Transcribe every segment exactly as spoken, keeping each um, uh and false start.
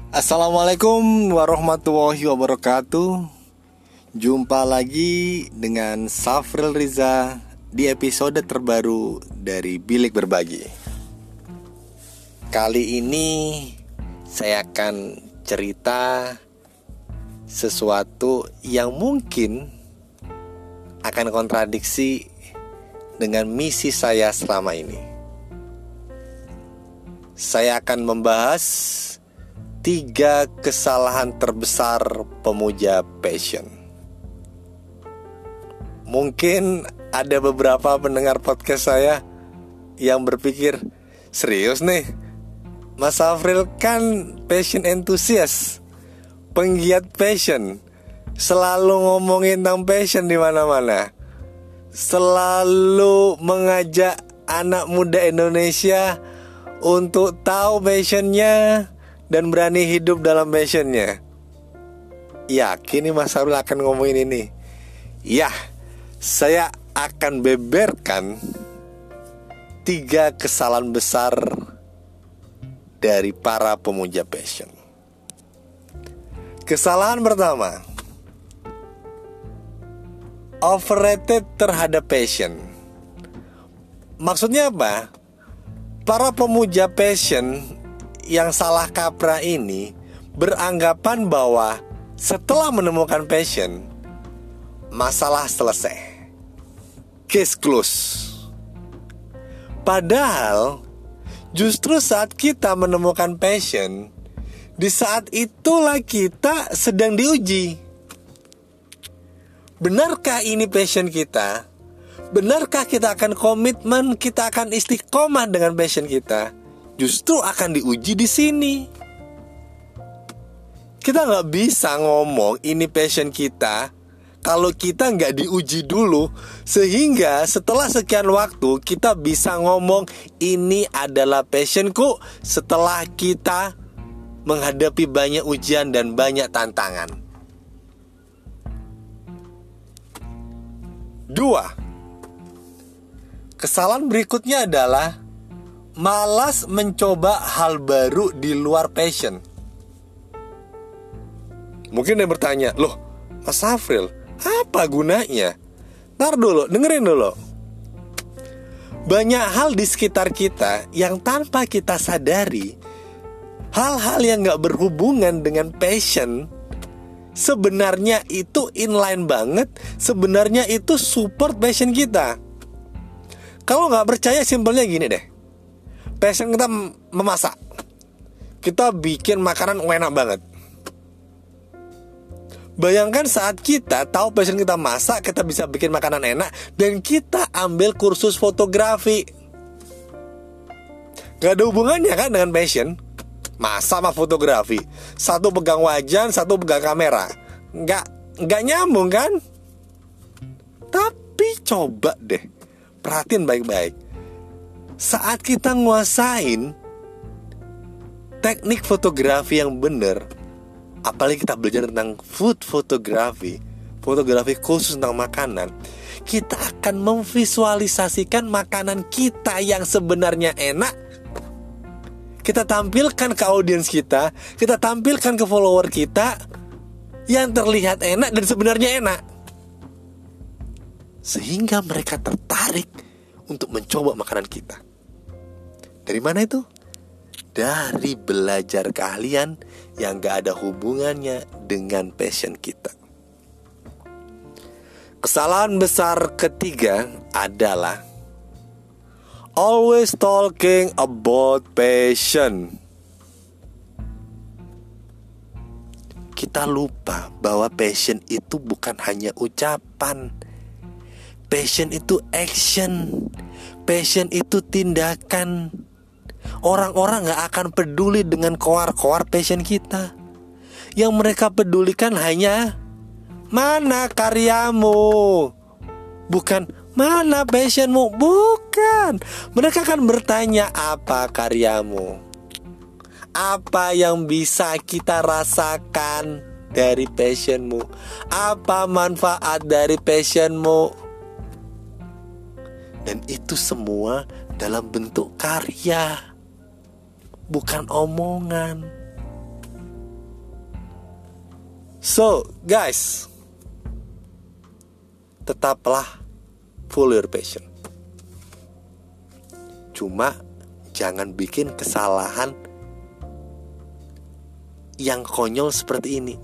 Assalamualaikum warahmatullahi wabarakatuh. Jumpa lagi dengan Safril Riza di episode terbaru dari Bilik Berbagi. Kali ini saya akan cerita sesuatu yang mungkin akan kontradiksi dengan misi saya selama ini. Saya akan membahas tiga kesalahan terbesar pemuja passion. Mungkin ada beberapa pendengar podcast saya yang berpikir, serius nih, Mas Safril kan passion enthusiast, penggiat passion, selalu ngomongin tentang passion di mana-mana, selalu mengajak anak muda Indonesia untuk tahu passionnya dan berani hidup dalam passionnya. Yakin nih Mas Safril akan ngomongin ini? Ya, saya akan beberkan tiga kesalahan besar dari para pemuja passion. Kesalahan pertama, overrated terhadap passion. Maksudnya apa? Para pemuja passion yang salah kaprah ini beranggapan bahwa setelah menemukan passion, masalah selesai, case close. Padahal justru saat kita menemukan passion, di saat itulah kita sedang diuji. Benarkah ini passion kita? Benarkah kita akan komitmen, kita akan istiqomah dengan passion kita? Justru akan diuji di sini. Kita nggak bisa ngomong ini passion kita kalau kita nggak diuji dulu, sehingga setelah sekian waktu kita bisa ngomong ini adalah passionku setelah kita menghadapi banyak ujian dan banyak tantangan. Dua, kesalahan berikutnya adalah malas mencoba hal baru di luar passion. Mungkin dia bertanya, loh Mas Safril, apa gunanya? Ntar dulu, dengerin dulu. Banyak hal di sekitar kita yang tanpa kita sadari, hal-hal yang gak berhubungan dengan passion, sebenarnya itu inline banget. Sebenarnya itu support passion kita. Kalau gak percaya, simpelnya gini deh. Passion kita memasak, kita bikin makanan enak banget. Bayangkan saat kita tahu passion kita masak, kita bisa bikin makanan enak, dan kita ambil kursus fotografi. Gak ada hubungannya kan dengan passion. Masak sama fotografi, satu pegang wajan, satu pegang kamera. Gak, gak nyambung kan? Tapi coba deh, perhatiin baik-baik. Saat kita nguasain teknik fotografi yang benar, apalagi kita belajar tentang food photography, fotografi khusus tentang makanan, kita akan memvisualisasikan makanan kita yang sebenarnya enak. Kita tampilkan ke audiens kita, kita tampilkan ke follower kita yang terlihat enak dan sebenarnya enak, sehingga mereka tertarik untuk mencoba makanan kita. Dari mana itu? Dari belajar keahlian yang gak ada hubungannya dengan passion kita. Kesalahan besar ketiga adalah always talking about passion. Kita lupa bahwa passion itu bukan hanya ucapan. Passion itu action. Passion itu tindakan. Orang-orang gak akan peduli dengan koar-koar passion kita. Yang mereka pedulikan hanya mana karyamu, bukan mana passionmu. Bukan. Mereka akan bertanya, apa karyamu? Apa yang bisa kita rasakan dari passionmu? Apa manfaat dari passionmu? Dan itu semua dalam bentuk karya, bukan omongan. So guys, tetaplah follow your passion. Cuma jangan bikin kesalahan yang konyol seperti ini.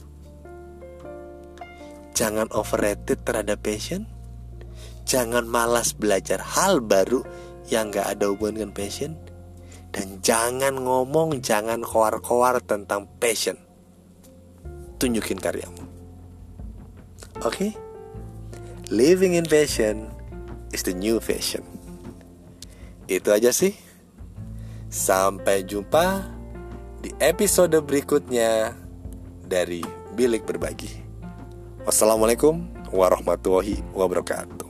Jangan overrated terhadap passion. Jangan malas belajar hal baru yang gak ada hubungan dengan passion. Dan jangan ngomong, jangan koar-koar tentang passion. Tunjukin karyamu. Oke? Okay? Living in passion is the new fashion. Itu aja sih. Sampai jumpa di episode berikutnya dari Bilik Berbagi. Wassalamualaikum warahmatullahi wabarakatuh.